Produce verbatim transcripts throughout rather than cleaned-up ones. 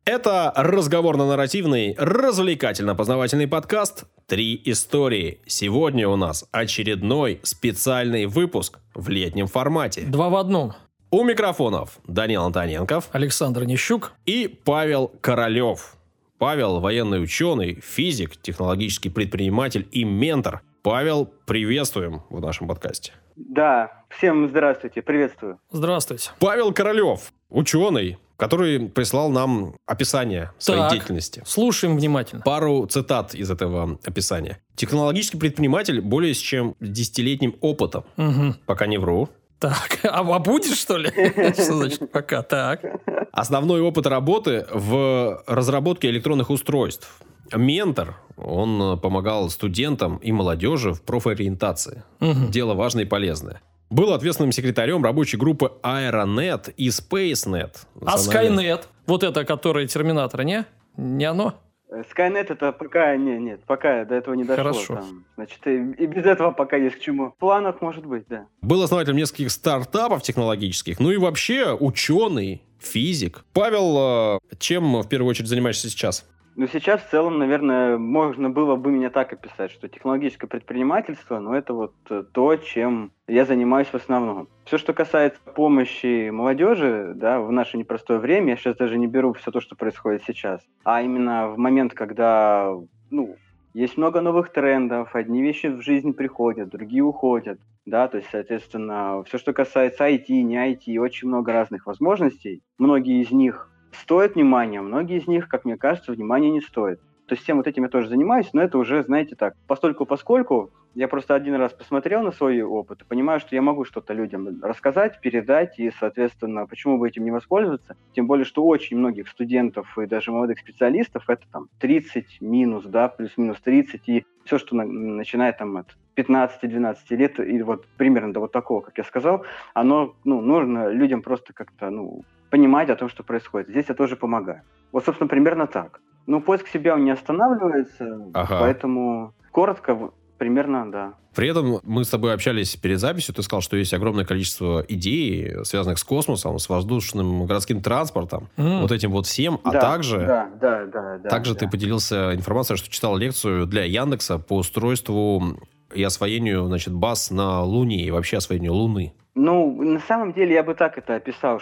Это разговорно-нарративный, развлекательно-познавательный подкаст «Три истории». Сегодня у нас очередной специальный выпуск в летнем формате. Два в одном. У микрофонов Данил Антоненков, Александр Нищук и Павел Королев. Павел – военный ученый, физик, технологический предприниматель и ментор. Павел, приветствуем в нашем подкасте. Да, всем здравствуйте, приветствую. Здравствуйте. Павел Королев, ученый, который прислал нам описание своей так, деятельности. Слушаем внимательно. Пару цитат из этого описания. Технологический предприниматель более чем десятилетним опытом. Угу. Пока не вру. Так, а, а будешь, что ли? Что значит пока? Так. Основной опыт работы в разработке электронных устройств. Ментор, он помогал студентам и молодежи в профориентации. Угу. Дело важное и полезное. Был ответственным секретарем рабочей группы Аэронет и SpaceNet. А Skynet, вот это, которое Терминатор, не? Не оно? Skynet это пока, не, нет, пока до этого не дошло. Хорошо. Там, значит, и, и без этого пока есть к чему. В планах может быть, да. Был основателем нескольких стартапов технологических, ну и вообще ученый, физик. Павел, чем в первую очередь занимаешься сейчас? Ну, сейчас в целом, наверное, можно было бы меня так описать, что технологическое предпринимательство, ну, это вот то, чем я занимаюсь в основном. Все, что касается помощи молодежи, да, в наше непростое время, я сейчас даже не беру все то, что происходит сейчас, а именно в момент, когда, ну, есть много новых трендов, одни вещи в жизнь приходят, другие уходят, да, то есть, соответственно, все, что касается ай ти, не ай ти, очень много разных возможностей, многие из них стоят внимания, многие из них, как мне кажется, внимания не стоят. То есть всем вот этим я тоже занимаюсь, но это уже, знаете, так, постольку-поскольку я просто один раз посмотрел на свой опыт и понимаю, что я могу что-то людям рассказать, передать, и, соответственно, почему бы этим не воспользоваться? Тем более, что очень многих студентов и даже молодых специалистов это там тридцать минус, да, плюс-минус тридцать, и все, что на, начинает там от пятнадцати-двенадцати лет, и вот примерно до вот такого, как я сказал, оно, ну, нужно людям просто как-то, ну, понимать о том, что происходит. Здесь я тоже помогаю. Вот, собственно, примерно так. Ну, поиск себя он не останавливается, ага. Поэтому коротко, примерно, да. При этом мы с тобой общались перед записью, ты сказал, что есть огромное количество идей, связанных с космосом, с воздушным городским транспортом, mm. вот этим вот всем, а да, также, да, да, да, да, также да. ты поделился информацией, что читал лекцию для Яндекса по устройству и освоению, значит, баз на Луне и вообще освоению Луны. Ну, на самом деле я бы так это описал,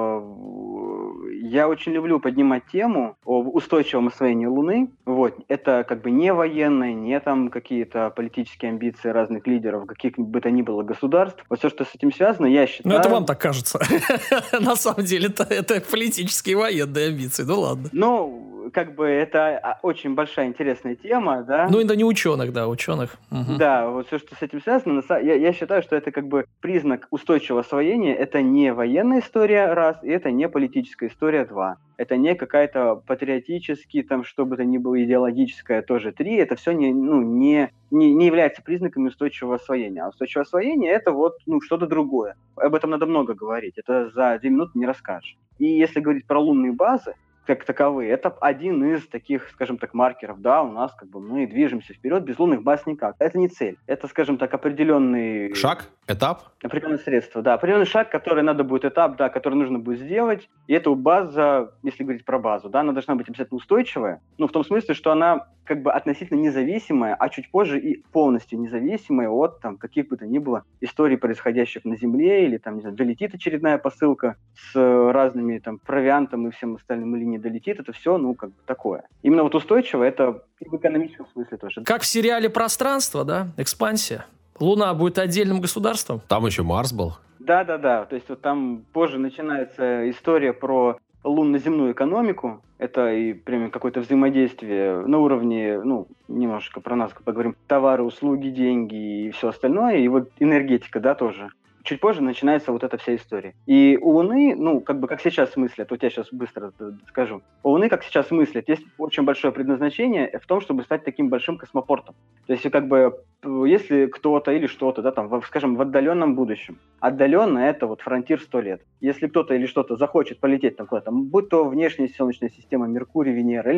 что я очень люблю поднимать тему об устойчивом освоении Луны. Вот. Это как бы не военные, не там какие-то политические амбиции разных лидеров, каких бы то ни было государств. Вот все, что с этим связано, я считаю... Ну, это вам так кажется. На самом деле это политические и военные амбиции. Ну, ладно. Ну... Как бы это очень большая интересная тема, да. Ну, это не ученых, да, ученых. Угу. Да, вот все, что с этим связано, я, я считаю, что это как бы признак устойчивого освоения. Это не военная история, раз, и это не политическая история, два. Это не какая-то патриотическая, там, что бы то ни было, идеологическая, тоже, три. Это все не, ну, не, не, не является признаками устойчивого освоения. А устойчивое освоение – это вот, ну, что-то другое. Об этом надо много говорить. Это за две минуты не расскажешь. И если говорить про лунные базы, как таковые, это один из таких, скажем так, маркеров, да, у нас как бы мы движемся вперед, без лунных баз никак. Это не цель, это, скажем так, определенный... Шаг? Этап? Определенное средство, да, определенный шаг, который надо будет, этап, да, который нужно будет сделать, и эта база, если говорить про базу, да, она должна быть обязательно устойчивая, ну, в том смысле, что она как бы относительно независимая, а чуть позже и полностью независимая от там каких бы то ни было историй, происходящих на Земле, или там, не знаю, долетит очередная посылка с разными там провиантом и всем остальным или не долетит, это все, ну, как бы такое. Именно вот устойчиво, это и в экономическом смысле тоже. Как в сериале «Пространство», да, экспансия. Луна будет отдельным государством. Там еще Марс был. Да-да-да, то есть вот там позже начинается история про лунно-земную экономику. Это и прямо какое-то взаимодействие на уровне, ну, немножко про нас поговорим, товары, услуги, деньги и все остальное. И вот энергетика, да, тоже. Чуть позже начинается вот эта вся история. И у Луны, ну, как бы как сейчас мыслят, вот я сейчас быстро скажу, у Луны, как сейчас мыслят, есть очень большое предназначение в том, чтобы стать таким большим космопортом. То есть, как бы, если кто-то или что-то, да, там, в, скажем, в отдаленном будущем, отдаленно это вот фронтир сто лет. Если кто-то или что-то захочет полететь там куда-то, будь то внешняя Солнечная система, Меркурий, Венера, или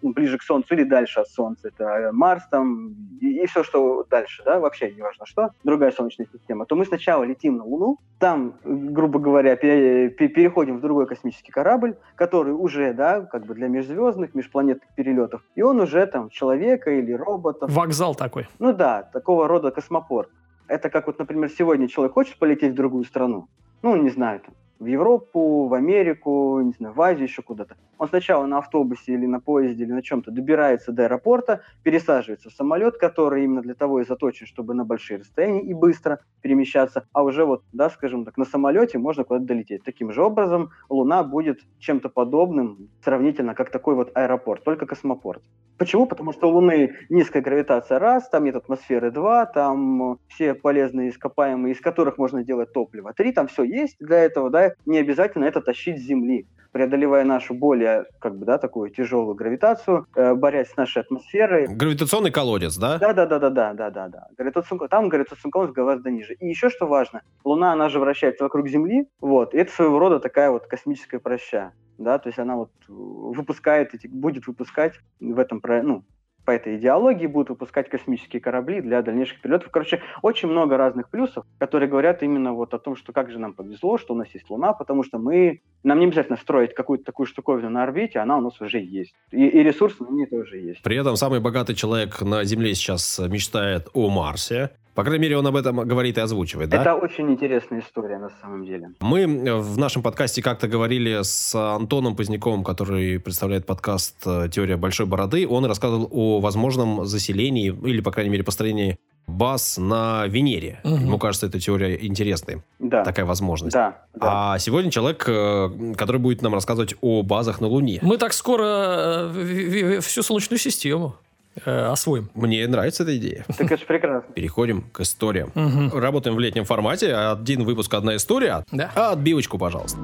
ну, ближе к Солнцу или дальше от Солнца. Это Марс там и, и все, что дальше, да, вообще не важно что, другая Солнечная система, то мы сначала летим на Луну, там, грубо говоря, пере, переходим в другой космический корабль, который уже, да, как бы для межзвездных, межпланетных перелетов, и он уже там человека или робота. Вокзал такой. Ну да, такого рода космопорт. Это как вот, например, сегодня человек хочет полететь в другую страну, ну, не знаю, там, в Европу, в Америку, не знаю, в Азию, еще куда-то. Он сначала на автобусе или на поезде или на чем-то добирается до аэропорта, пересаживается в самолет, который именно для того и заточен, чтобы на большие расстояния и быстро перемещаться, а уже вот, да, скажем так, на самолете можно куда-то долететь. Таким же образом Луна будет чем-то подобным, сравнительно как такой вот аэропорт, только космопорт. Почему? Потому что у Луны низкая гравитация раз, там нет атмосферы два, там все полезные ископаемые, из которых можно делать топливо три, там все есть для этого, да, не обязательно это тащить с Земли, преодолевая нашу более, как бы, да, такую тяжелую гравитацию, э, борясь с нашей атмосферой. Гравитационный колодец, да? Да, да, да, да, да, да, да, да. Гравитационный, там гравитационный колодец гораздо ниже. И еще что важно, Луна, она же вращается вокруг Земли, вот, и это своего рода такая вот космическая проща, да, то есть она вот выпускает, эти, будет выпускать в этом, ну, по этой идеологии будут выпускать космические корабли для дальнейших перелетов. Короче, очень много разных плюсов, которые говорят именно вот о том, что как же нам повезло, что у нас есть Луна, потому что мы, нам не обязательно строить какую-то такую штуковину на орбите, она у нас уже есть. И, и ресурсы на ней тоже есть. При этом самый богатый человек на Земле сейчас мечтает о Марсе. По крайней мере, он об этом говорит и озвучивает, да? Это очень интересная история, на самом деле. Мы в нашем подкасте как-то говорили с Антоном Поздняковым, который представляет подкаст «Теория большой бороды». Он рассказывал о возможном заселении, или, по крайней мере, построении баз на Венере. Угу. Ему кажется, эта теория интересной. Да. Такая возможность. Да, да. А сегодня человек, который будет нам рассказывать о базах на Луне. Мы так скоро всю Солнечную систему освоим. Мне нравится эта идея. Так это же прекрасно. Переходим к историям. Угу. Работаем в летнем формате. Один выпуск, одна история. Да. А отбивочку, пожалуйста.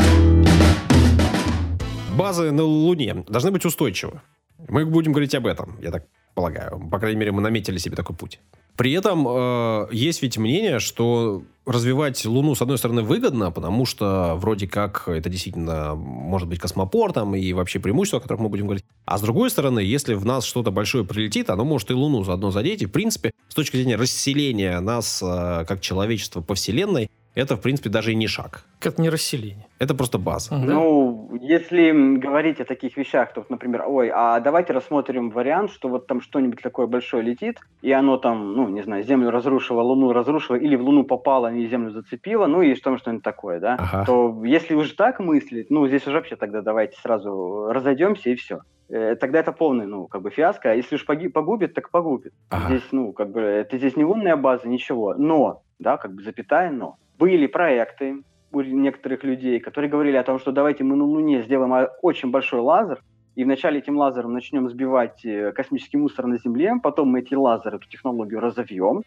Базы на Луне должны быть устойчивы. Мы будем говорить об этом, я так полагаю. По крайней мере, мы наметили себе такой путь. При этом э, есть ведь мнение, что развивать Луну, с одной стороны, выгодно, потому что вроде как это действительно может быть космопортом и вообще преимущество, о которых мы будем говорить. А с другой стороны, если в нас что-то большое прилетит, оно может и Луну заодно задеть. И, в принципе, с точки зрения расселения нас э, как человечества по Вселенной, это, в принципе, даже и не шаг. Это не расселение. Это просто база. Да? Ну, если говорить о таких вещах, то, например, ой, а давайте рассмотрим вариант, что вот там что-нибудь такое большое летит, и оно там, ну, не знаю, Землю разрушило, Луну разрушило, или в Луну попало, и Землю зацепило, ну, и что что-нибудь такое, да, ага. То если уже так мыслить, ну, здесь уже вообще тогда давайте сразу разойдемся, и все. Тогда это полный, ну, как бы фиаско. А если уж погубит, так погубит. Ага. Здесь, ну, как бы, это здесь не лунная база, ничего. Но, да, как бы запятая, но. Были проекты у некоторых людей, которые говорили о том, что давайте мы на Луне сделаем очень большой лазер, и вначале этим лазером начнем сбивать космический мусор на Земле, потом мы эти лазеры, эту технологию разовьем,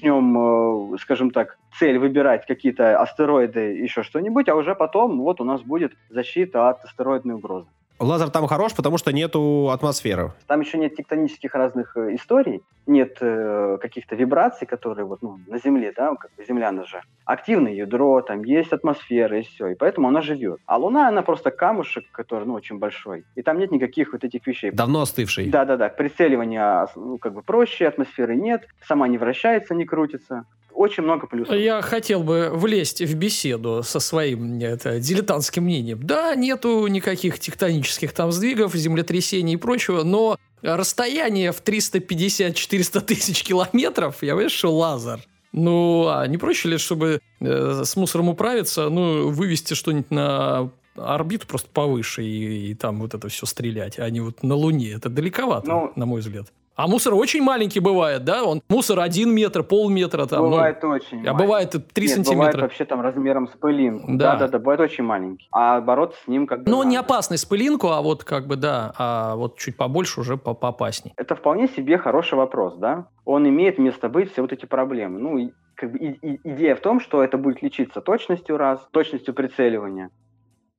начнем, скажем так, цель выбирать какие-то астероиды, еще что-нибудь, а уже потом вот у нас будет защита от астероидной угрозы. Лазер там хорош, потому что нету атмосферы. Там еще нет тектонических разных э, историй, нет э, каких-то вибраций, которые вот, ну, на Земле, да, как бы Земля, она же активное ядро, там есть атмосфера и все, и поэтому она живет. А Луна, она просто камушек, который, ну, очень большой, и там нет никаких вот этих вещей. Давно остывший. Да-да-да, прицеливание, ну, как бы проще, атмосферы нет, сама не вращается, не крутится. Очень много плюсов. Я хотел бы влезть в беседу со своим это, дилетантским мнением. Да, нету никаких тектонических там сдвигов, землетрясений и прочего, но расстояние в триста пятьдесят - четыреста тысяч километров, я вижу, что лазер. Ну, а не проще ли, чтобы э, с мусором управиться, ну, вывести что-нибудь на орбиту просто повыше и, и там вот это все стрелять, а не вот на Луне? Это далековато, ну, на мой взгляд. А мусор очень маленький бывает, да? Он мусор один метр, полметра. Там, бывает ну, очень А маленький. Бывает три Нет, сантиметра. Бывает вообще там размером с пылинку. Да. Да-да-да, бывает очень маленький. А бороться с ним как бы... Ну, надо. не опасный с пылинку, а вот как бы, да, а вот чуть побольше уже поопасней. Это вполне себе хороший вопрос, да? Он имеет место быть, все вот эти проблемы. Ну, и, как бы и, и, идея в том, что это будет лечиться точностью раз, точностью прицеливания.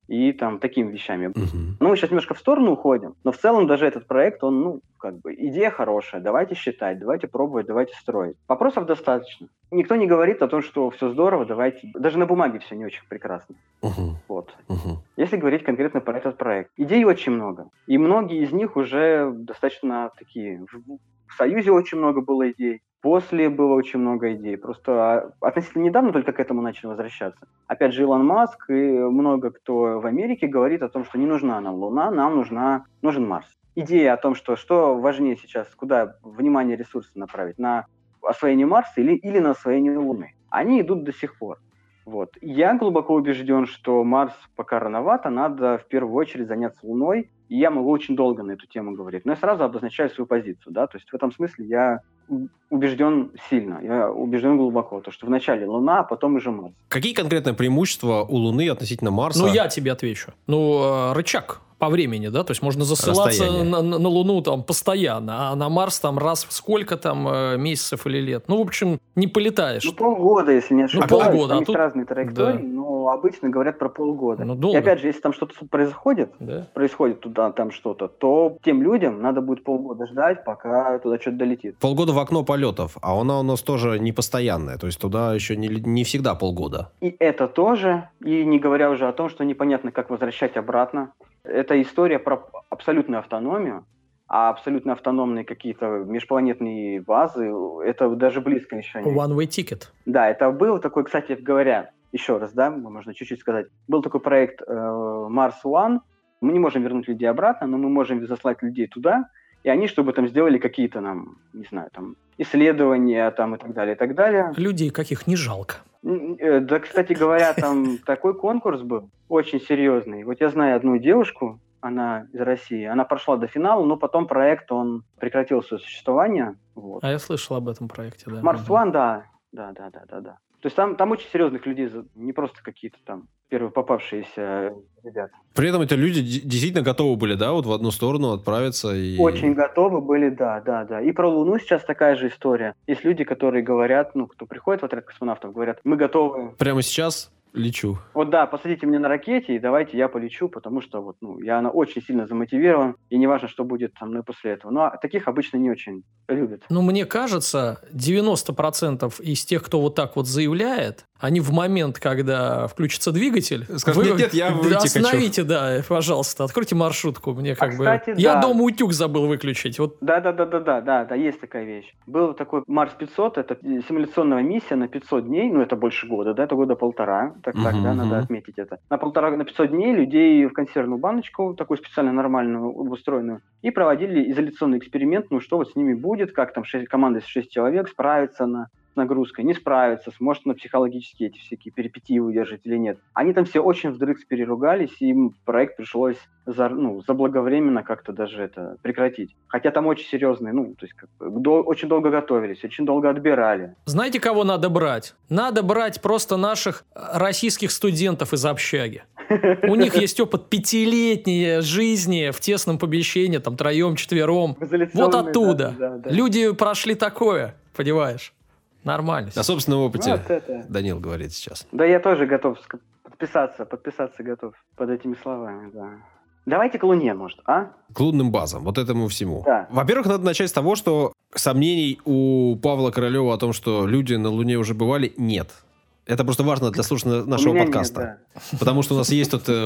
и там такими вещами. Угу. Ну, мы сейчас немножко в сторону уходим, но в целом даже этот проект, он, ну, как бы, идея хорошая, давайте считать, давайте пробовать, давайте строить. Вопросов достаточно. Никто не говорит о том, что все здорово, давайте... Даже на бумаге все не очень прекрасно. Угу. Вот. Угу. Если говорить конкретно про этот проект. Идей очень много. И многие из них уже достаточно такие... В Союзе очень много было идей. После было очень много идей. Просто относительно недавно только к этому начали возвращаться. Опять же, Илон Маск и много кто в Америке говорит о том, что не нужна нам Луна, нам нужна, нужен Марс. Идея о том, что что важнее сейчас, куда внимание, ресурсы направить, на освоение Марса или, или на освоение Луны. Они идут до сих пор. Вот. Я глубоко убежден, что Марс пока рановато, надо в первую очередь заняться Луной. И я могу очень долго на эту тему говорить. Но я сразу обозначаю свою позицию. Да? То есть в этом смысле я убежден сильно, я убежден глубоко, то, что вначале Луна, а потом уже Марс. Какие конкретные преимущества у Луны относительно Марса? Ну, я тебе отвечу. Ну, рычаг по времени, да, то есть можно засылаться на, на, на Луну там постоянно, а на Марс там раз в сколько там месяцев или лет. Ну, в общем, не полетаешь. Ну, полгода, если не ошибаюсь. Ну, полгода. Там а есть тут... разные траектории, да. но обычно говорят про полгода. Ну, долго. И опять же, если там что-то происходит, да. происходит туда, там что-то, то тем людям надо будет полгода ждать, пока туда что-то долетит. Полгода в окно полетов, а она у нас тоже не постоянная, то есть туда еще не, не всегда полгода. И это тоже, и не говоря уже о том, что непонятно, как возвращать обратно. Это история про абсолютную автономию, а абсолютно автономные какие-то межпланетные базы, это даже близко еще не. One-way ticket. Да, это был такой, кстати говоря, еще раз, да, можно чуть-чуть сказать, был такой проект э, Mars One. Мы не можем вернуть людей обратно, но мы можем заслать людей туда, и они, чтобы там сделали какие-то нам, не знаю, там, исследования там и так далее, и так далее. Людей каких не жалко. Да, кстати говоря, там такой конкурс был, очень серьезный. Вот я знаю одну девушку, она из России, она прошла до финала, но потом проект, он прекратил свое существование. Вот. А я слышал об этом проекте, да. Mars One, да, да, да, да, да, да. То есть там, там очень серьезных людей, не просто какие-то там первые попавшиеся ребята. При этом эти люди действительно готовы были, да, вот в одну сторону отправиться и... Очень готовы были, да, да, да. И про Луну сейчас такая же история. Есть люди, которые говорят, ну, кто приходит в отряд космонавтов, говорят, мы готовы... Прямо сейчас лечу. Вот да, посадите меня на ракете, и давайте я полечу, потому что вот, ну, я она очень сильно замотивирован, и не важно, что будет со мной после этого. Но таких обычно не очень любят. Ну, мне кажется, девяносто процентов из тех, кто вот так вот заявляет, они в момент, когда включится двигатель... Скажут, вы... нет, нет, я выйти остановите, хочу. Да, пожалуйста, откройте маршрутку. Мне как а, бы... кстати, Я да. дома утюг забыл выключить. Вот. Да, да, да, да, да, да, да, есть такая вещь. Был такой Марс пятьсот, это симуляционная миссия на пятьсот дней, ну, это больше года, да, это года полтора, так, uh-huh, так, да, uh-huh. надо отметить это. На полтора, на пятьсот дней людей в консервную баночку, такую специально нормальную, обустроенную, и проводили изоляционный эксперимент, ну, что вот с ними будет, как там шесть, команда из шести человек справится на нагрузкой, не справится, сможет на психологические эти всякие перипетии выдержать или нет. Они там все очень вдрызг переругались, и им проект пришлось за, ну, заблаговременно как-то даже это прекратить. Хотя там очень серьезные, ну, то есть как бы, до, очень долго готовились, очень долго отбирали. Знаете, кого надо брать? Надо брать просто наших российских студентов из общаги. У них есть опыт пятилетней жизни в тесном помещении, там, троем-четвером. Вот оттуда. Да, да, да. Люди прошли такое, понимаешь? Нормально. На собственном опыте вот это. Данил говорит сейчас. Да, я тоже готов подписаться, подписаться готов под этими словами, да. Давайте к Луне, может, а? К лунным базам, вот этому всему. Да. Во-первых, надо начать с того, что сомнений у Павла Королева о том, что люди на Луне уже бывали, нет. Это просто важно для слушателя нашего подкаста. Нет, да. Потому что у нас есть тут...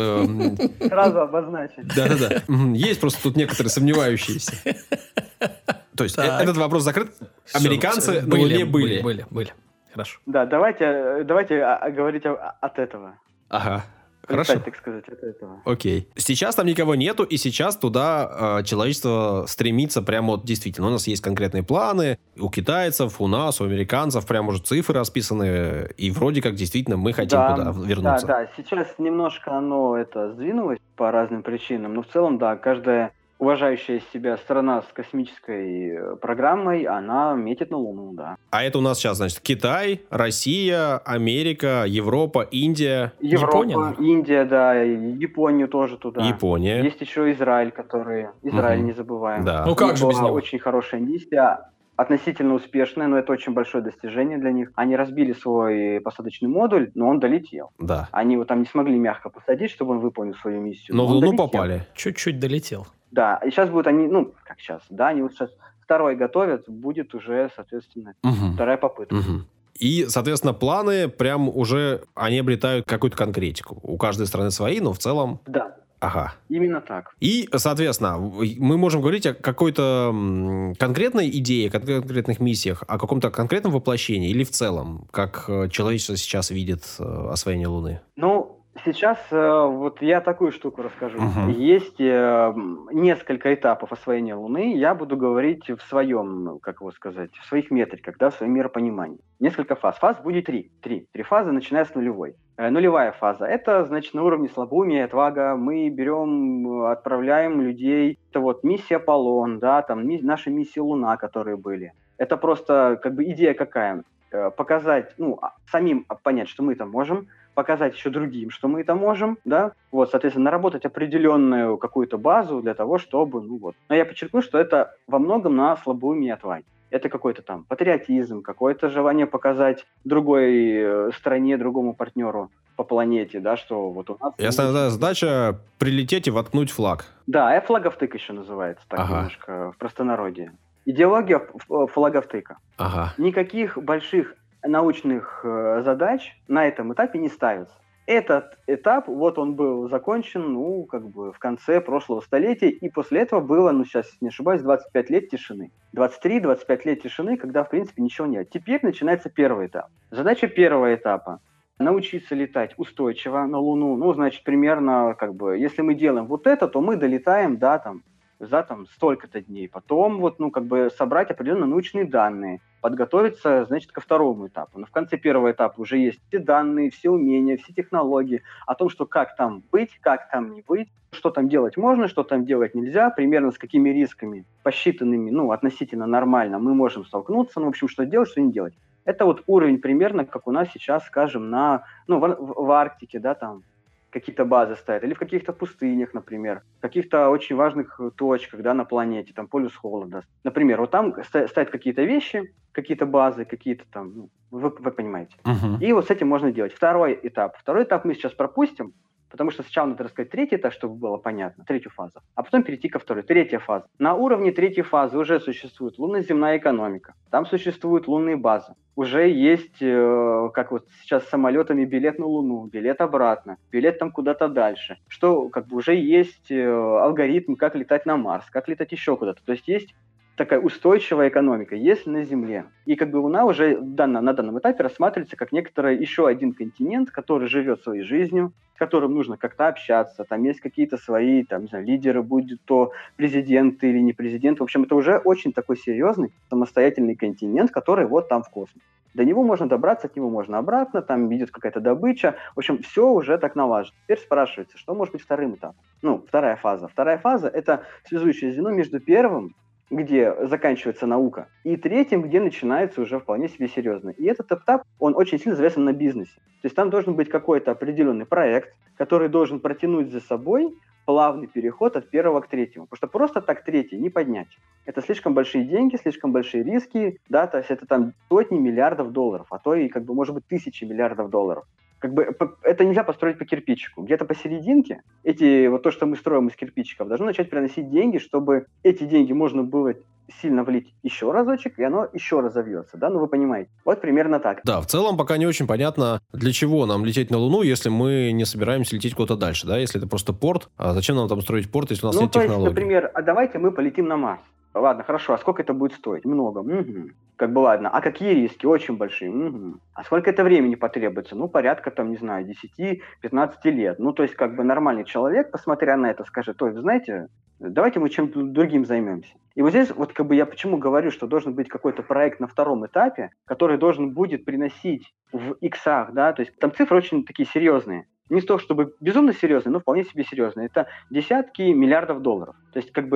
Сразу обозначить. Да-да-да. Есть просто тут некоторые сомневающиеся. То есть так. Этот вопрос закрыт. Американцы на Луне были. Были, были, были. Хорошо. Да, давайте, давайте говорить от этого. Ага. Хорошо. Так сказать, от этого. Окей. Сейчас там никого нету, и сейчас туда э, человечество стремится прямо вот действительно. У нас есть конкретные планы у китайцев, у нас, у американцев, прямо уже цифры расписаны, и вроде как действительно мы хотим да, туда вернуться. Да, да. Сейчас немножко оно это сдвинулось по разным причинам, но в целом, да, каждая уважающая себя страна с космической программой, она метит на Луну, да. А это у нас сейчас, значит, Китай, Россия, Америка, Европа, Индия. Европа, Япония, Индия, да, Японию тоже туда. Япония. Есть еще Израиль, который... Израиль, угу. не забываем. Да. Ну как же без него? Очень хорошая миссия. относительно успешное, но это очень большое достижение для них. Они разбили свой посадочный модуль, но он долетел. Да. Они его там не смогли мягко посадить, чтобы он выполнил свою миссию. Но, но в Луну долетел. попали. Чуть-чуть долетел. Да, и сейчас будут они, ну, как сейчас, да, они вот сейчас второй готовят, будет уже, соответственно, угу. вторая попытка. Угу. И, соответственно, планы прям уже, они обретают какую-то конкретику. У каждой страны свои, но в целом... Да. Ага. Именно так. И, соответственно, мы можем говорить о какой-то конкретной идее, конкретных миссиях, о каком-то конкретном воплощении или в целом, как человечество сейчас видит освоение Луны? Ну, сейчас вот я такую штуку расскажу. Uh-huh. Есть несколько этапов освоения Луны. Я буду говорить в своем, как его сказать, в своих метриках, да, в своем миропонимании. Несколько фаз. Фаз будет три. Три. Три фазы, начиная с нулевой. Нулевая фаза – это, значит, на уровне слабоумия, отвага. Мы берем, отправляем людей. Это вот миссия Аполлон, да, там ми- наши миссии Луна, которые были. Это просто, как бы, идея какая? Показать, ну, самим понять, что мы это можем, показать еще другим, что мы это можем, да, вот, соответственно, наработать определенную какую-то базу для того, чтобы, ну вот. Но я подчеркну, что это во многом на слабоумии и отваге. Это какой-то там патриотизм, какое-то желание показать другой стране, другому партнеру по планете, да, что вот у нас... Ясная задача прилететь и воткнуть флаг. Да, и флаговтык еще называется, так ага. немножко в простонародье. Идеология флаговтыка. Ага. Никаких больших научных э, задач на этом этапе не ставится. Этот этап, вот он был закончен, ну, как бы в конце прошлого столетия, и после этого было, ну, сейчас не ошибаюсь, двадцать пять лет тишины. двадцать три - двадцать пять лет тишины, когда, в принципе, ничего нет. Теперь начинается первый этап. Задача первого этапа – научиться летать устойчиво на Луну. Ну, значит, примерно, как бы, если мы делаем вот это, то мы долетаем, да, там, за там столько-то дней. Потом вот, ну, как бы собрать определенные научные данные, подготовиться, значит, ко второму этапу. Но в конце первого этапа уже есть все данные, все умения, все технологии о том, что как там быть, как там не быть, что там делать можно, что там делать нельзя, примерно с какими рисками, посчитанными, ну, относительно нормально, мы можем столкнуться, ну, в общем, что делать, что не делать. Это вот уровень примерно, как у нас сейчас, скажем, на, ну, в, в, в Арктике, да, там, какие-то базы стоят, или в каких-то пустынях, например, в каких-то очень важных точках, да, на планете, там, полюс холода. Например, вот там стоят какие-то вещи, какие-то базы, какие-то там, ну, вы, вы понимаете. Uh-huh. И вот с этим можно делать. Второй этап. Второй этап мы сейчас пропустим, потому что сначала надо рассказать третий этап, чтобы было понятно, третью фазу, а потом перейти ко второй. Третья фаза. На уровне третьей фазы уже существует лунно-земная экономика, там существуют лунные базы. Уже есть, э, как вот сейчас с самолетами, билет на Луну, билет обратно, билет там куда-то дальше. Что как бы уже есть э, алгоритм, как летать на Марс, как летать еще куда-то. То есть есть такая устойчивая экономика, есть на Земле. И как бы Луна уже данно, на данном этапе рассматривается как некоторый еще один континент, который живет своей жизнью, с которым нужно как-то общаться. Там есть какие-то свои, там, не знаю, лидеры, будь то президент или не президент. В общем, это уже очень такой серьезный самостоятельный континент, который вот там в космосе. До него можно добраться, от него можно обратно, там идет какая-то добыча. В общем, все уже так налажено. Теперь спрашивается, что может быть вторым этапом? Ну, вторая фаза. Вторая фаза – это связующее звено между первым, где заканчивается наука, и третьим, где начинается уже вполне себе серьезно. И этот этап, он очень сильно завязан на бизнесе. То есть там должен быть какой-то определенный проект, который должен протянуть за собой плавный переход от первого к третьему. Потому что просто так третий не поднять. Это слишком большие деньги, слишком большие риски, да, то есть это там сотни миллиардов долларов, а то и, как бы, может быть, тысячи миллиардов долларов. Как бы это нельзя построить по кирпичику. Где-то посерединке эти, вот то, что мы строим из кирпичиков, должно начать приносить деньги, чтобы эти деньги можно было сильно влить еще разочек, и оно еще разовьется, да, ну вы понимаете. Вот примерно так. Да, в целом пока не очень понятно, для чего нам лететь на Луну, если мы не собираемся лететь куда-то дальше, да, если это просто порт, а зачем нам там строить порт, если у нас ну, нет то технологий? Есть, например, а давайте мы полетим на Марс. Ладно, хорошо, а сколько это будет стоить? Много. Угу. Как бы ладно. А какие риски? Очень большие. Угу. А сколько это времени потребуется? Ну, порядка там, не знаю, десять-пятнадцать лет. Ну, то есть, как бы нормальный человек, посмотря на это, скажет: ой, вы знаете, давайте мы чем-то другим займемся. И вот здесь, вот как бы я почему говорю, что должен быть какой-то проект на втором этапе, который должен будет приносить в иксах, да, то есть там цифры очень такие серьезные. Не то чтобы безумно серьезные, но вполне себе серьезные. Это десятки миллиардов долларов. То есть, как бы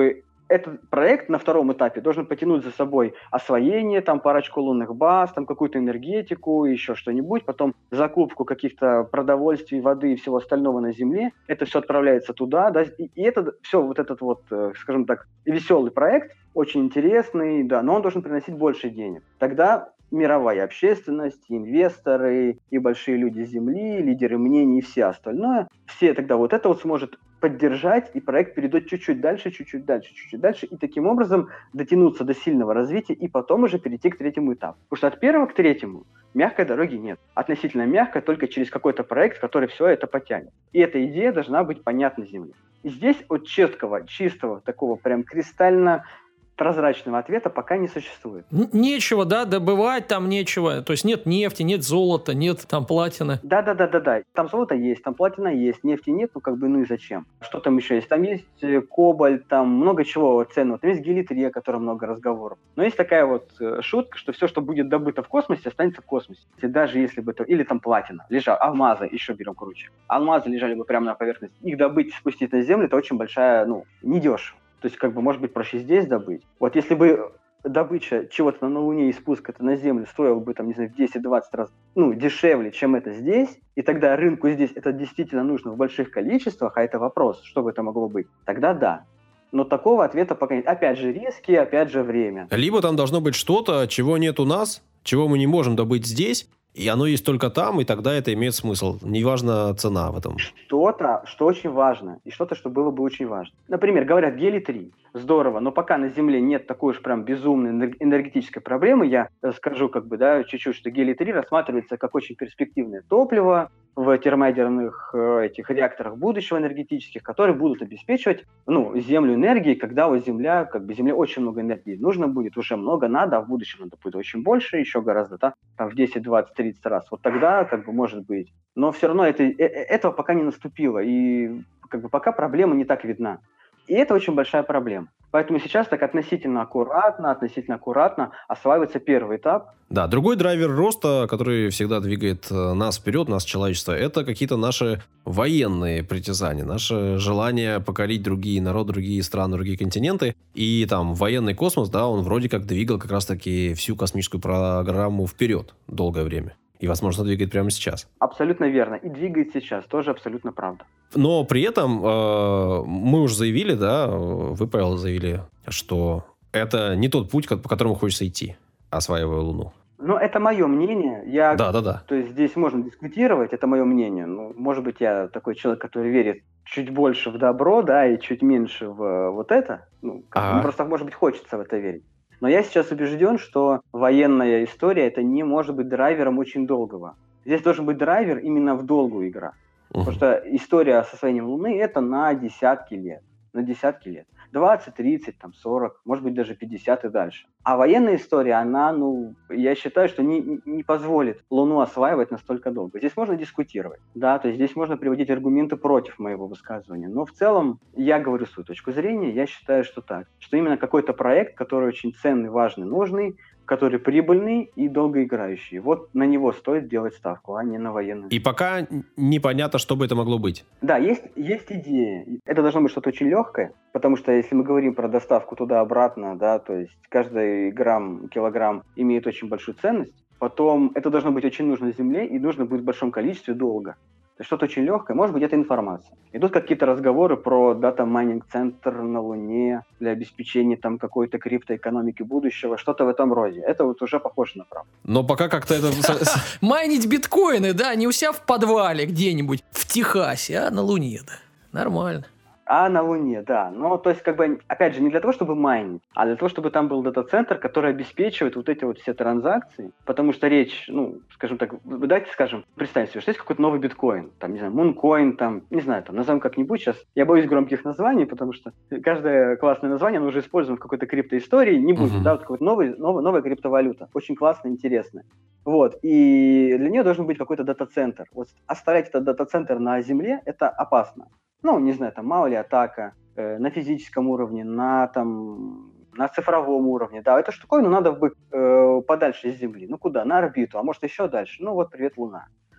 этот проект на втором этапе должен потянуть за собой освоение, там, парочку лунных баз, там, какую-то энергетику, еще что-нибудь, потом закупку каких-то продовольствий, воды и всего остального на Земле. Это все отправляется туда, да, и, и это все, вот этот вот, скажем так, веселый проект, очень интересный, да, но он должен приносить больше денег. Тогда мировая общественность, инвесторы и большие люди Земли, лидеры мнений и все остальное, все тогда вот это вот сможет поддержать, и проект перейдет чуть-чуть дальше, чуть-чуть дальше, чуть-чуть дальше, и таким образом дотянуться до сильного развития, и потом уже перейти к третьему этапу. Потому что от первого к третьему мягкой дороги нет. Относительно мягкой только через какой-то проект, который все это потянет. И эта идея должна быть понятна Земле. И здесь от четкого, чистого, такого прям кристально прозрачного ответа пока не существует. Нечего, да, добывать там нечего. То есть нет нефти, нет золота, нет там платины. Да-да-да-да-да. Там золото есть, там платина есть, нефти нет, ну как бы, ну и зачем? Что там еще есть? Там есть кобальт, там много чего ценного. Там есть гелитрия, о которой много разговоров. Но есть такая вот шутка, что все, что будет добыто в космосе, останется в космосе. Даже если бы это... Или там платина. Лежа... Алмазы, еще берем круче. Алмазы лежали бы прямо на поверхности. Их добыть и спустить на Землю, это очень большая, ну, недешево. То есть, как бы, может быть, проще здесь добыть. Вот если бы добыча чего-то на Луне и спуск это на Землю стоил бы, там, не знаю, в десять-двадцать раз, ну, дешевле, чем это здесь, и тогда рынку здесь это действительно нужно в больших количествах, а это вопрос, что бы это могло быть, тогда да. Но такого ответа пока нет. Опять же, риски, опять же, время. Либо там должно быть что-то, чего нет у нас, чего мы не можем добыть здесь, и оно есть только там, и тогда это имеет смысл. Неважно цена в этом. Что-то, что очень важно, и что-то, что было бы очень важно. Например, говорят, гелий-три. Здорово, но пока на Земле нет такой уж прям безумной энергетической проблемы, я скажу как бы, да, чуть-чуть, что гелий-три рассматривается как очень перспективное топливо в термоядерных этих реакторах будущего энергетических, которые будут обеспечивать, ну, Землю энергией, когда у Земля, как бы, Земле очень много энергии нужно будет, уже много надо, а в будущем надо будет очень больше, еще гораздо, да, там в десять, двадцать, тридцать раз. Вот тогда, как бы, может быть. Но все равно это, этого пока не наступило, и, как бы, пока проблема не так видна. И это очень большая проблема. Поэтому сейчас так относительно аккуратно, относительно аккуратно осваивается первый этап. Да, другой драйвер роста, который всегда двигает нас вперед, нас, человечество, это какие-то наши военные притязания, наше желание покорить другие народы, другие страны, другие континенты. И там военный космос, да, он вроде как двигал как раз-таки всю космическую программу вперед долгое время. И, возможно, двигает прямо сейчас. Абсолютно верно. И двигает сейчас. Тоже абсолютно правда. Но при этом э, мы уже заявили, да, вы, Павел, заявили, что это не тот путь, по которому хочется идти, осваивая Луну. Ну, это мое мнение. Я, да, да, да. То есть здесь можно дискутировать, это мое мнение. Ну, может быть, я такой человек, который верит чуть больше в добро, да, и чуть меньше в вот это. Ну, ага. Просто, может быть, хочется в это верить. Но я сейчас убежден, что военная история это не может быть драйвером очень долгого. Здесь должен быть драйвер именно в долгую игра. Uh-huh. Потому что история с освоением Луны это на десятки лет. На десятки лет. двадцать, тридцать, там, сорок, может быть, даже пятьдесят и дальше. А военная история, она, ну, я считаю, что не, не позволит Луну осваивать настолько долго. Здесь можно дискутировать, да, то есть здесь можно приводить аргументы против моего высказывания. Но в целом я говорю свою точку зрения, я считаю, что так. Что именно какой-то проект, который очень ценный, важный, нужный, который прибыльный и долгоиграющий. Вот на него стоит делать ставку, а не на военную. И пока непонятно, что бы это могло быть. Да, есть, есть идея. Это должно быть что-то очень легкое, потому что если мы говорим про доставку туда-обратно, да, то есть каждый грамм, килограмм имеет очень большую ценность, потом это должно быть очень нужно Земле и нужно будет в большом количестве долго. То есть что-то очень легкое, может быть, это информация. Идут какие-то разговоры про дата-майнинг-центр на Луне для обеспечения там какой-то криптоэкономики будущего, что-то в этом роде. Это вот уже похоже на правду. Но пока как-то это... Майнить биткоины, да, не у себя в подвале где-нибудь в Техасе, а на Луне, да. Нормально. А на Луне, да. Но, то есть, как бы, опять же, не для того, чтобы майнить, а для того, чтобы там был дата-центр, который обеспечивает вот эти вот все транзакции. Потому что речь, ну, скажем так, давайте скажем, представьте себе, что есть какой-то новый биткоин, там, не знаю, мункоин, там, не знаю, там, назовем как-нибудь сейчас. Я боюсь громких названий, потому что каждое классное название, оно уже используем в какой-то криптоистории, не будет, uh-huh. да, вот какой-то новый, новый, новая криптовалюта, очень классная, интересная. Вот, и для нее должен быть какой-то дата-центр. Вот оставлять этот дата-центр на Земле, это опасно. Ну, не знаю, там, мало ли атака э, на физическом уровне, на, там, на цифровом уровне. Да, эту штуковину надо бы э, подальше из Земли. Ну, куда? На орбиту, а может, еще дальше. Ну, вот, привет, Луна.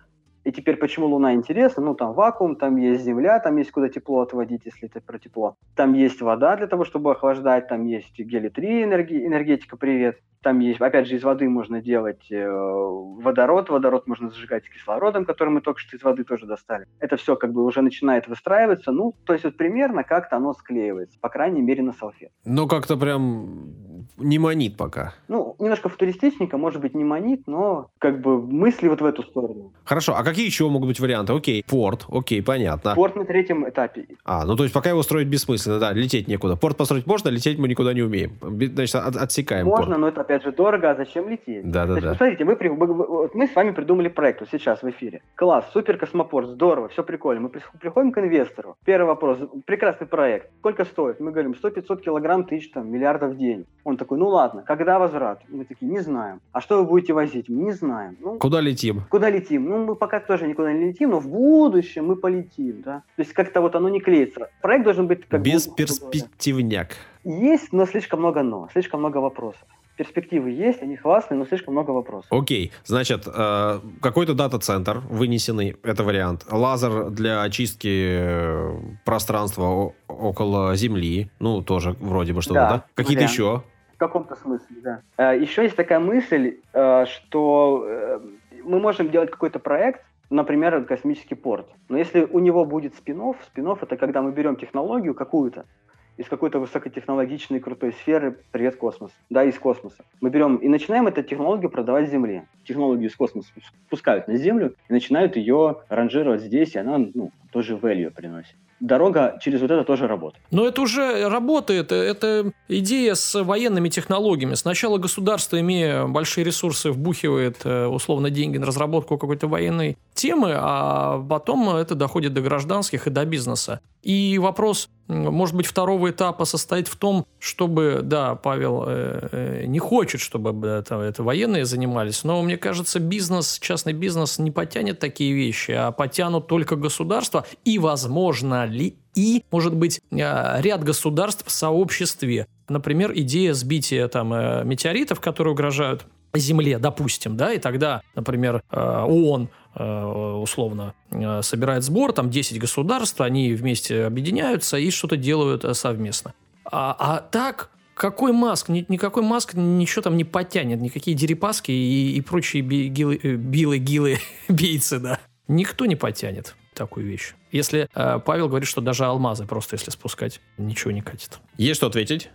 И теперь почему Луна интересна? Ну, там вакуум, там есть Земля, там есть куда тепло отводить, если это про тепло. Там есть вода для того, чтобы охлаждать, там есть гелий три, энерги... энергетика, привет. Там есть, опять же, из воды можно делать э, водород, водород можно зажигать с кислородом, который мы только что из воды тоже достали. Это все как бы уже начинает выстраиваться, ну, то есть вот примерно как-то оно склеивается, по крайней мере, на салфетке. Но как-то прям не манит пока. Ну, немножко футуристичненько, может быть, не манит, но как бы мысли вот в эту сторону. Хорошо, а какие еще могут быть варианты? Окей, порт, окей, понятно. Порт на третьем этапе. А, ну то есть пока его строить бессмысленно, да, лететь некуда. Порт построить можно, лететь мы никуда не умеем. Значит, от, отсекаем Можно, порт. но это опять же дорого, а зачем лететь? Да, да, Значит, да. Посмотрите, мы, при- мы, вот мы с вами придумали проект вот сейчас в эфире. Класс, супер космопорт, здорово, все прикольно. Мы при- приходим к инвестору. Первый вопрос, прекрасный проект. Сколько стоит? Мы говорим, сто-пятьсот килограмм, тысяч, там, миллиардов в день. Он такой, ну ладно, когда возврат? Мы такие, не знаем. А что вы будете возить? Мы не знаем. Ну, Куда летим? Куда летим? Ну, мы пока тоже никуда не летим, но в будущем мы полетим, да. То есть как-то вот оно не клеится. Проект должен быть как бы... Бесперспективняк. Есть, но слишком много но, слишком много вопросов. Перспективы есть, они классные, но слишком много вопросов. Окей, значит, э, какой-то дата-центр вынесенный, это вариант. Лазер для очистки э, пространства о- около Земли, ну, тоже вроде бы что-то, да? Да, Какие-то вариант. еще? В каком-то смысле, да. Э, Еще есть такая мысль, э, что э, мы можем делать какой-то проект, например, космический порт. Но если у него будет спин-офф, спин-офф это когда мы берем технологию какую-то, из какой-то высокотехнологичной крутой сферы, привет, космос, да, из космоса. Мы берем и начинаем эту технологию продавать Земле. Технологию из космоса пускают на Землю и начинают ее ранжировать здесь, и она, ну, тоже value приносит. Дорога через вот это тоже работает. Но это уже работает. Это идея с военными технологиями. Сначала государство, имея большие ресурсы, вбухивает условно деньги на разработку какой-то военной темы, а потом это доходит до гражданских и до бизнеса. И вопрос, может быть, второго этапа состоит в том, чтобы, да, Павел э, э, не хочет, чтобы это, это военные занимались, но, мне кажется, бизнес, частный бизнес не потянет такие вещи, а потянут только государства и, возможно ли, и, может быть, ряд государств в сообществе. Например, идея сбития там метеоритов, которые угрожают Земле, допустим, да, и тогда, например, ООН условно собирает сбор, там десять государств, они вместе объединяются и что-то делают совместно. А, а так, какой Маск? Ни, никакой Маск ничего там не потянет, никакие Дерипаски и, и прочие би, гилы, билы, гилы, бейцы, да. Никто не потянет такую вещь. Если э, Павел говорит, что даже алмазы просто если спускать, ничего не катит. Есть что ответить?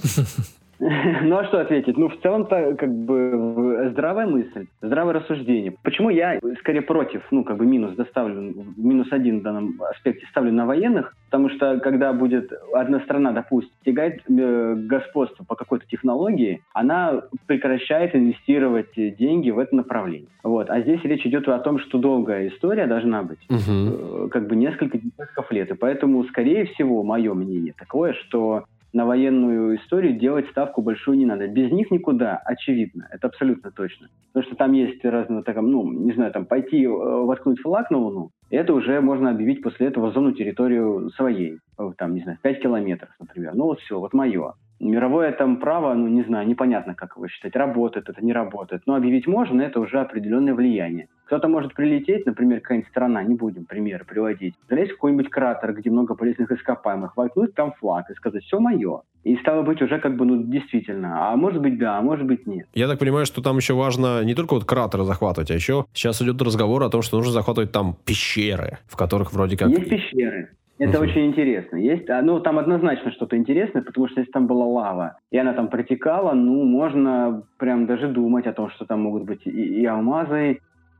Ну, а что ответить? Ну, в целом-то, как бы, здравая мысль, здравое рассуждение. Почему я, скорее, против, ну, как бы, минус доставлю, минус один в данном аспекте ставлю на военных? Потому что, когда будет одна страна, допустим, тягает э, господство по какой-то технологии, она прекращает инвестировать деньги в это направление. Вот. А здесь речь идет о том, что долгая история должна быть, Угу. э, как бы, несколько десятков лет. И поэтому, скорее всего, мое мнение такое, что на военную историю делать ставку большую не надо. Без них никуда, очевидно. Это абсолютно точно. Потому что там есть разные, так, ну, не знаю, там пойти э, воткнуть флаг на Луну, это уже можно объявить после этого зону, территорию своей. Там, не знаю, пять километров, например. Ну вот все, вот мое. Мировое там право, ну не знаю, непонятно, как его считать. Работает это, не работает. Но объявить можно, это уже определенное влияние. Кто-то может прилететь, например, какая-нибудь страна, не будем примеры приводить, залезть в какой-нибудь кратер, где много полезных ископаемых, воткнуть там флаг и сказать, все мое. И стало быть уже как бы, ну, действительно. А может быть да, а может быть нет. Я так понимаю, что там еще важно не только вот кратеры захватывать, а еще сейчас идет разговор о том, что нужно захватывать там пещеры, в которых вроде как... Есть пещеры. Это uh-huh. очень интересно. Есть, ну, там однозначно что-то интересное, потому что если там была лава, и она там протекала, ну, можно прям даже думать о том, что там могут быть и, и алмазы,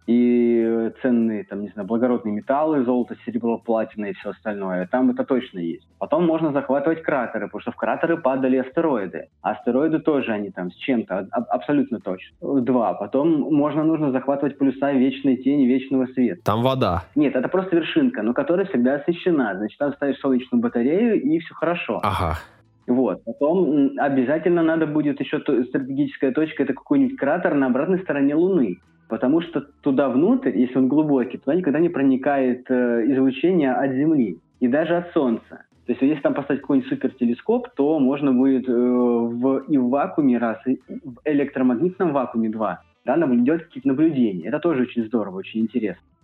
и ценные, там, не знаю, благородные металлы, золото, серебро, платина и все остальное. Там это точно есть. Потом можно захватывать кратеры, потому что в кратеры падали астероиды. А астероиды тоже, они там с чем-то, а- абсолютно точно. Два. Потом можно, нужно захватывать полюса вечной тени, вечного света. Там вода. Нет, это просто вершинка, но которая всегда освещена. Значит, там ставишь солнечную батарею, и все хорошо. Ага. Вот. Потом обязательно надо будет еще стратегическая точка, это какой-нибудь кратер на обратной стороне Луны. Потому что туда внутрь, если он глубокий, туда никогда не проникает э, излучение от Земли и даже от Солнца. То есть если там поставить какой-нибудь супертелескоп, то можно будет э, в, и в вакууме раз, и в электромагнитном вакууме два, да, делать какие-то наблюдения. Это тоже очень здорово, очень интересно.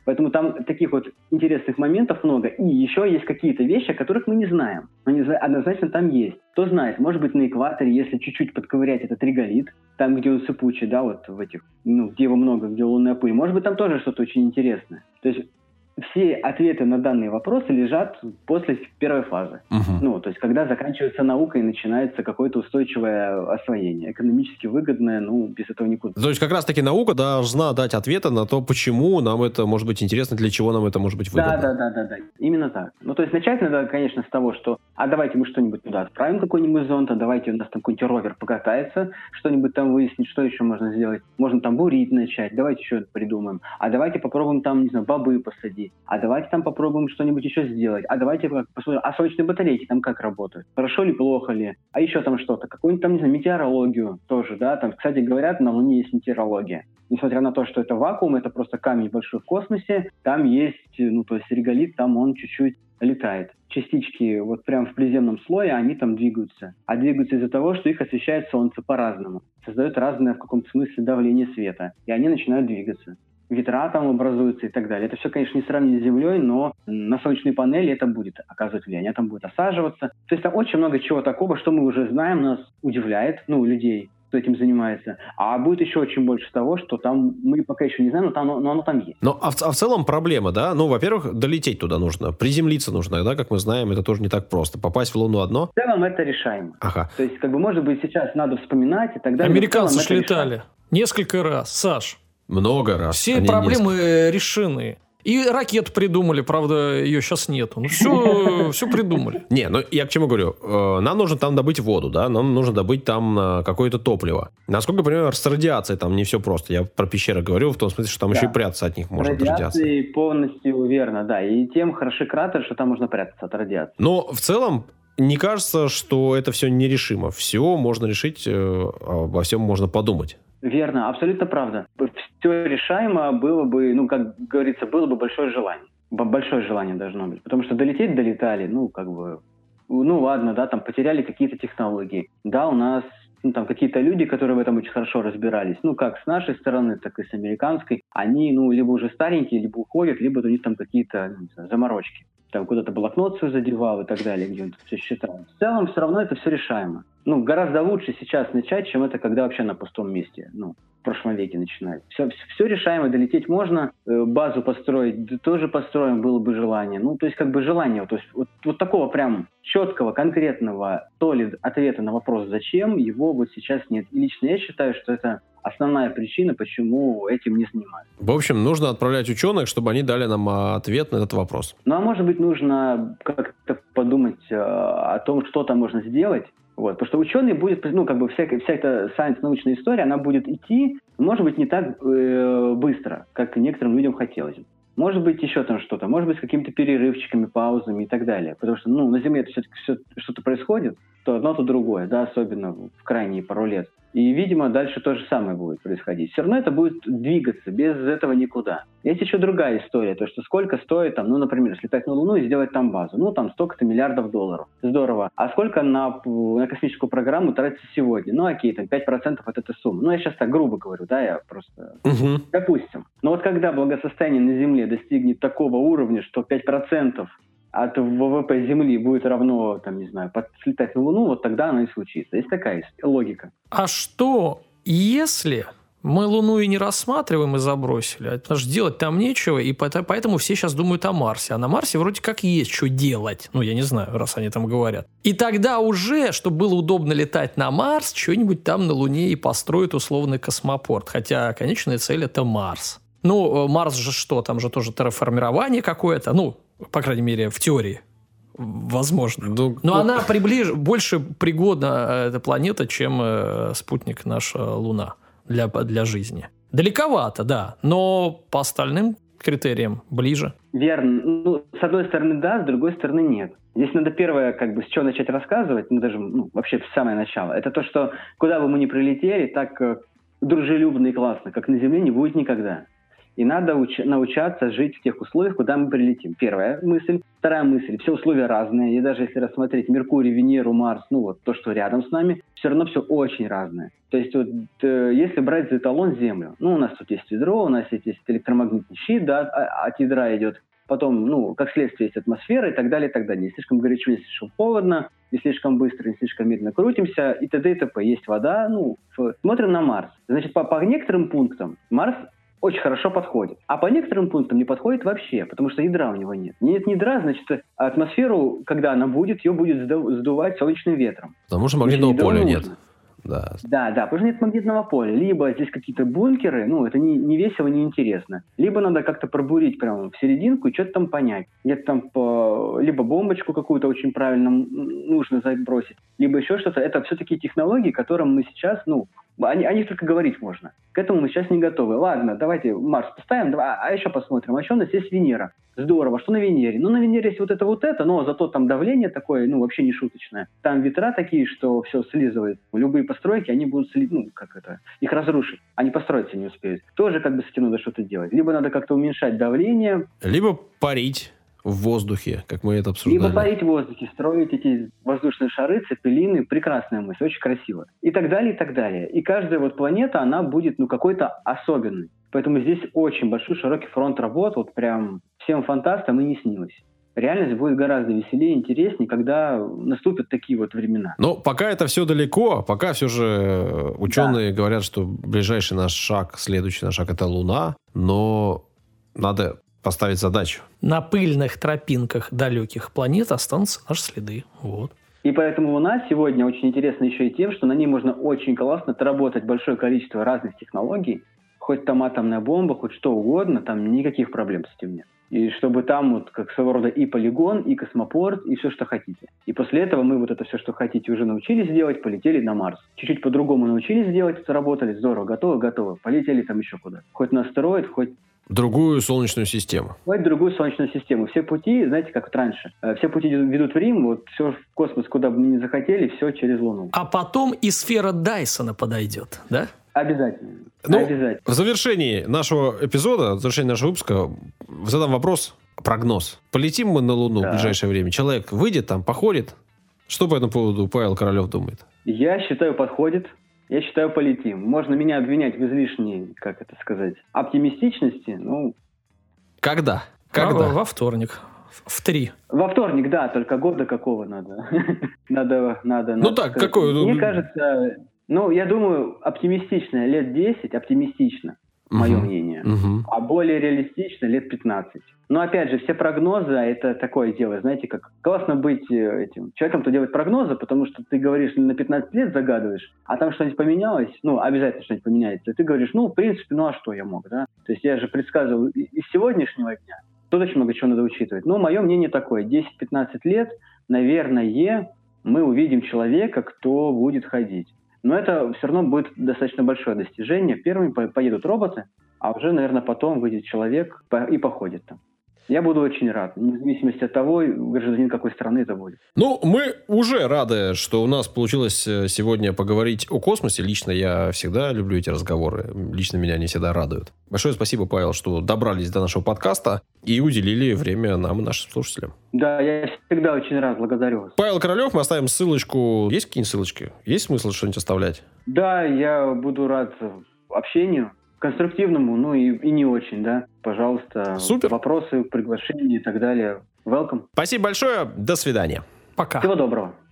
Поэтому там таких вот интересных моментов много. И еще есть какие-то вещи, о которых мы не знаем. Но не, однозначно там есть. Кто знает, может быть, на экваторе, если чуть-чуть подковырять этот реголит, там, где он сыпучий, да, вот в этих, ну, где его много, где лунная пыль, может быть, там тоже что-то очень интересное. То есть все ответы на данные вопросы лежат после первой фазы. Uh-huh. Ну, то есть, когда заканчивается наука и начинается какое-то устойчивое освоение, экономически выгодное, ну, без этого никуда. То есть, как раз-таки наука должна дать ответы на то, почему нам это может быть интересно, для чего нам это может быть выгодно. Да, да, да, да, да. Именно так. Ну, то есть, начать надо, конечно, с того, что, а давайте мы что-нибудь туда отправим, какой-нибудь зонд, а давайте у нас там какой-нибудь ровер покатается, что-нибудь там выяснить, что еще можно сделать. Можно там бурить начать, давайте еще придумаем. А давайте попробуем там, не знаю, бобы посадить. А давайте там попробуем что-нибудь еще сделать. А давайте посмотрим, а солнечные батарейки там как работают? Хорошо ли, плохо ли? А еще там что-то? Какую-нибудь там, не знаю, метеорологию тоже, да? Там, кстати, говорят, на Луне есть метеорология. Несмотря на то, что это вакуум, это просто камень большой в космосе, там есть, ну, то есть реголит, там он чуть-чуть летает. Частички вот прям в приземном слое, они там двигаются. А двигаются из-за того, что их освещает Солнце по-разному. Создает разное в каком-то смысле давление света. И они начинают двигаться. Ветра там образуются и так далее. Это все, конечно, не сравнить с Землей, но на солнечной панели это будет оказывать влияние, там будет осаживаться. То есть там очень много чего такого, что мы уже знаем, нас удивляет, ну, людей, кто этим занимается. А будет еще очень больше того, что там мы пока еще не знаем, но, там, но оно там есть. Ну, а в, а в целом проблема, да? Ну, во-первых, долететь туда нужно, приземлиться нужно, да, как мы знаем, это тоже не так просто. Попасть в Луну одно? В целом это решаемо. Ага. То есть, как бы, может быть, сейчас надо вспоминать и так далее. Американцы ж летали решаемо. Несколько раз, Саш. Много раз. Все Они проблемы несколько. решены. И ракету придумали, правда, ее сейчас нету. Ну, все, все придумали. Не, ну я к чему говорю? Нам нужно там добыть воду, да, нам нужно добыть там какое-то топливо. Насколько я понимаю, с радиацией там не все просто. Я про пещеры говорю, в том смысле, что там да. еще и прятаться от них можно. С радиацией полностью верно, да. И тем хороши кратеры, что там можно прятаться от радиации. Но в целом, не кажется, что это все нерешимо. Все можно решить, обо всем можно подумать. Верно, абсолютно правда. Все решаемо было бы, ну, как говорится, было бы большое желание. Большое желание должно быть. Потому что долететь долетали, ну, как бы, ну, ладно, да, там потеряли какие-то технологии. Да, у нас, ну, там какие-то люди, которые в этом очень хорошо разбирались, ну, как с нашей стороны, так и с американской, они, ну, либо уже старенькие, либо уходят, либо у них там какие-то, не знаю, заморочки. Там куда-то блокнот свой задевал и так далее, где он все считал. В целом все равно это все решаемо. Ну, гораздо лучше сейчас начать, чем это когда вообще на пустом месте, ну, в прошлом веке начинать. Все, все решаемо, долететь можно, базу построить, тоже построим, было бы желание. Ну, то есть как бы желание, то есть вот, вот такого прям четкого, конкретного, то ли ответа на вопрос «зачем?», его вот сейчас нет. И лично я считаю, что это основная причина, почему этим не занимаются. В общем, нужно отправлять ученых, чтобы они дали нам ответ на этот вопрос. Ну, а может быть, нужно как-то подумать э, о том, что там можно сделать. Вот. Потому что ученый будет, ну, как бы вся, вся эта science-научная история, она будет идти, может быть, не так э, быстро, как некоторым людям хотелось бы. Может быть, еще там что-то, может быть, с какими-то перерывчиками, паузами и так далее. Потому что, ну, на Земле все-таки все, что-то происходит, то одно, то другое, да, особенно в крайние пару лет. И, видимо, дальше то же самое будет происходить. Все равно это будет двигаться, без этого никуда. Есть еще другая история, то, что сколько стоит, там, ну, например, слетать на Луну и сделать там базу. Ну, там столько-то миллиардов долларов. Здорово. А сколько на, на космическую программу тратится сегодня? Ну, окей, там пять процентов от этой суммы. Ну, я сейчас так грубо говорю, да, я просто... Угу. Допустим. Но вот когда благосостояние на Земле достигнет такого уровня, что пять процентов от ВВП Земли будет равно, там, не знаю, слетать на Луну, вот тогда оно и случится. Есть такая логика. А что, если мы Луну и не рассматриваем и забросили? Потому что делать там нечего, и поэтому все сейчас думают о Марсе. А на Марсе вроде как есть что делать. Ну, я не знаю, раз они там говорят. И тогда уже, чтобы было удобно летать на Марс, что-нибудь там на Луне и построят условный космопорт. Хотя конечная цель – это Марс. Ну, Марс же что? Там же тоже терраформирование какое-то. Ну, по крайней мере, в теории. Возможно. Но ну, она приближ... больше пригодна, эта планета, чем э, спутник наша Луна для, для жизни. Далековато, да, но по остальным критериям ближе. Верно. Ну, с одной стороны, да, с другой стороны, нет. Здесь надо первое, как бы, с чего начать рассказывать, ну, даже, ну, вообще, с самого начала. Это то, что куда бы мы ни прилетели, так э, дружелюбно и классно, как на Земле, не будет никогда. И надо уч- научаться жить в тех условиях, куда мы прилетим. Первая мысль. Вторая мысль. Все условия разные. И даже если рассмотреть Меркурий, Венеру, Марс, ну вот то, что рядом с нами, все равно все очень разное. То есть вот э, если брать за эталон Землю, ну у нас тут есть ядро, у нас есть электромагнитный щит, да, от ядра идет. Потом, ну, как следствие, есть атмосфера и так далее, и так далее. Не слишком горячо, не слишком холодно, не слишком быстро, не слишком медленно крутимся, и т.д. и т.п. Есть вода, ну, смотрим на Марс. Значит, по, по некоторым пунктам Марс очень хорошо подходит. А по некоторым пунктам не подходит вообще, потому что ядра у него нет. Нет ядра, значит, атмосферу, когда она будет, ее будет сдувать солнечным ветром. Потому что магнитного поля нет. Да. да, да, потому что нет магнитного поля. Либо здесь какие-то бункеры, ну, это не, не весело, не интересно. Либо надо как-то пробурить прямо в серединку и что-то там понять. Где-то там по... либо бомбочку какую-то очень правильно нужно забросить, либо еще что-то. Это все-таки технологии, которым мы сейчас, ну, о них только говорить можно. К этому мы сейчас не готовы. Ладно, давайте Марс поставим, давай, а еще посмотрим. А еще у нас есть Венера. Здорово. Что на Венере? Ну, на Венере есть вот это, вот это, но зато там давление такое, ну, вообще не шуточное. Там ветра такие, что все слизывает. Любые постройки, они будут слить, ну, как это, их разрушить. Они построиться не успеют. Тоже как бы с этим надо что-то делать. Либо надо как-то уменьшать давление. Либо парить в воздухе, как мы это обсуждали. Либо парить в воздухе, строить эти воздушные шары, цепелины. Прекрасная мысль, очень красиво. И так далее, и так далее. И каждая вот планета, она будет, ну, какой-то особенной. Поэтому здесь очень большой, широкий фронт работ, вот прям всем фантастам и не снилось. Реальность будет гораздо веселее, интереснее, когда наступят такие вот времена. Но пока это все далеко, пока все же ученые да. говорят, что ближайший наш шаг, следующий наш шаг – это Луна, но надо поставить задачу. На пыльных тропинках далеких планет останутся наши следы. Вот. И поэтому Луна сегодня очень интересна еще и тем, что на ней можно очень классно отработать большое количество разных технологий, хоть там атомная бомба, хоть что угодно, там никаких проблем с этим нет. И чтобы там вот как своего рода и полигон, и космопорт, и все, что хотите. И после этого мы вот это все, что хотите, уже научились делать, полетели на Марс. Чуть-чуть по-другому научились делать, заработали, здорово, готовы, готовы. Полетели там еще куда. Хоть на астероид, хоть... Другую Солнечную систему. Хоть другую Солнечную систему. Все пути, знаете, как вот раньше. Все пути ведут в Рим, вот все в космос, куда бы мы ни захотели, все через Луну. А потом и сфера Дайсона подойдет, да? Обязательно. Ну, Обязательно. В завершении нашего эпизода, в завершении нашего выпуска, задам вопрос, прогноз. Полетим мы на Луну да. в ближайшее время? Человек выйдет там, походит? Что по этому поводу Павел Королев думает? Я считаю, подходит. Я считаю, полетим. Можно меня обвинять в излишней, как это сказать, оптимистичности. Ну, Когда? Когда? Во, во вторник. В три. Во вторник, да, только года какого надо. надо, надо. Ну так, какой? Мне кажется, ну, я думаю, оптимистично лет десять, оптимистично, мое мнение. А более реалистично лет пятнадцать. Но опять же, все прогнозы, это такое дело, знаете, как классно быть этим человеком, кто делает прогнозы, потому что ты говоришь, на пятнадцать лет загадываешь, а там что-нибудь поменялось, ну, обязательно что-нибудь поменяется, и ты говоришь, ну, в принципе, ну, а что я мог, да? То есть я же предсказывал из сегодняшнего дня, тут очень много чего надо учитывать. Но мое мнение такое, десять-пятнадцать лет, наверное, мы увидим человека, кто будет ходить. Но это все равно будет достаточно большое достижение. Первыми поедут роботы, а уже, наверное, потом выйдет человек и походит там. Я буду очень рад, вне зависимости от того, гражданин какой страны это будет. Ну, мы уже рады, что у нас получилось сегодня поговорить о космосе. Лично я всегда люблю эти разговоры. Лично меня они всегда радуют. Большое спасибо, Павел, что добрались до нашего подкаста и уделили время нам и нашим слушателям. Да, я всегда очень рад, благодарю вас. Павел Королев, мы оставим ссылочку. Есть какие-нибудь ссылочки? Есть смысл что-нибудь оставлять? Да, я буду рад общению. Конструктивному, ну и, и не очень, да. Пожалуйста. Супер. Вопросы, приглашения и так далее. Welcome. Спасибо большое. До свидания. Пока. Всего доброго.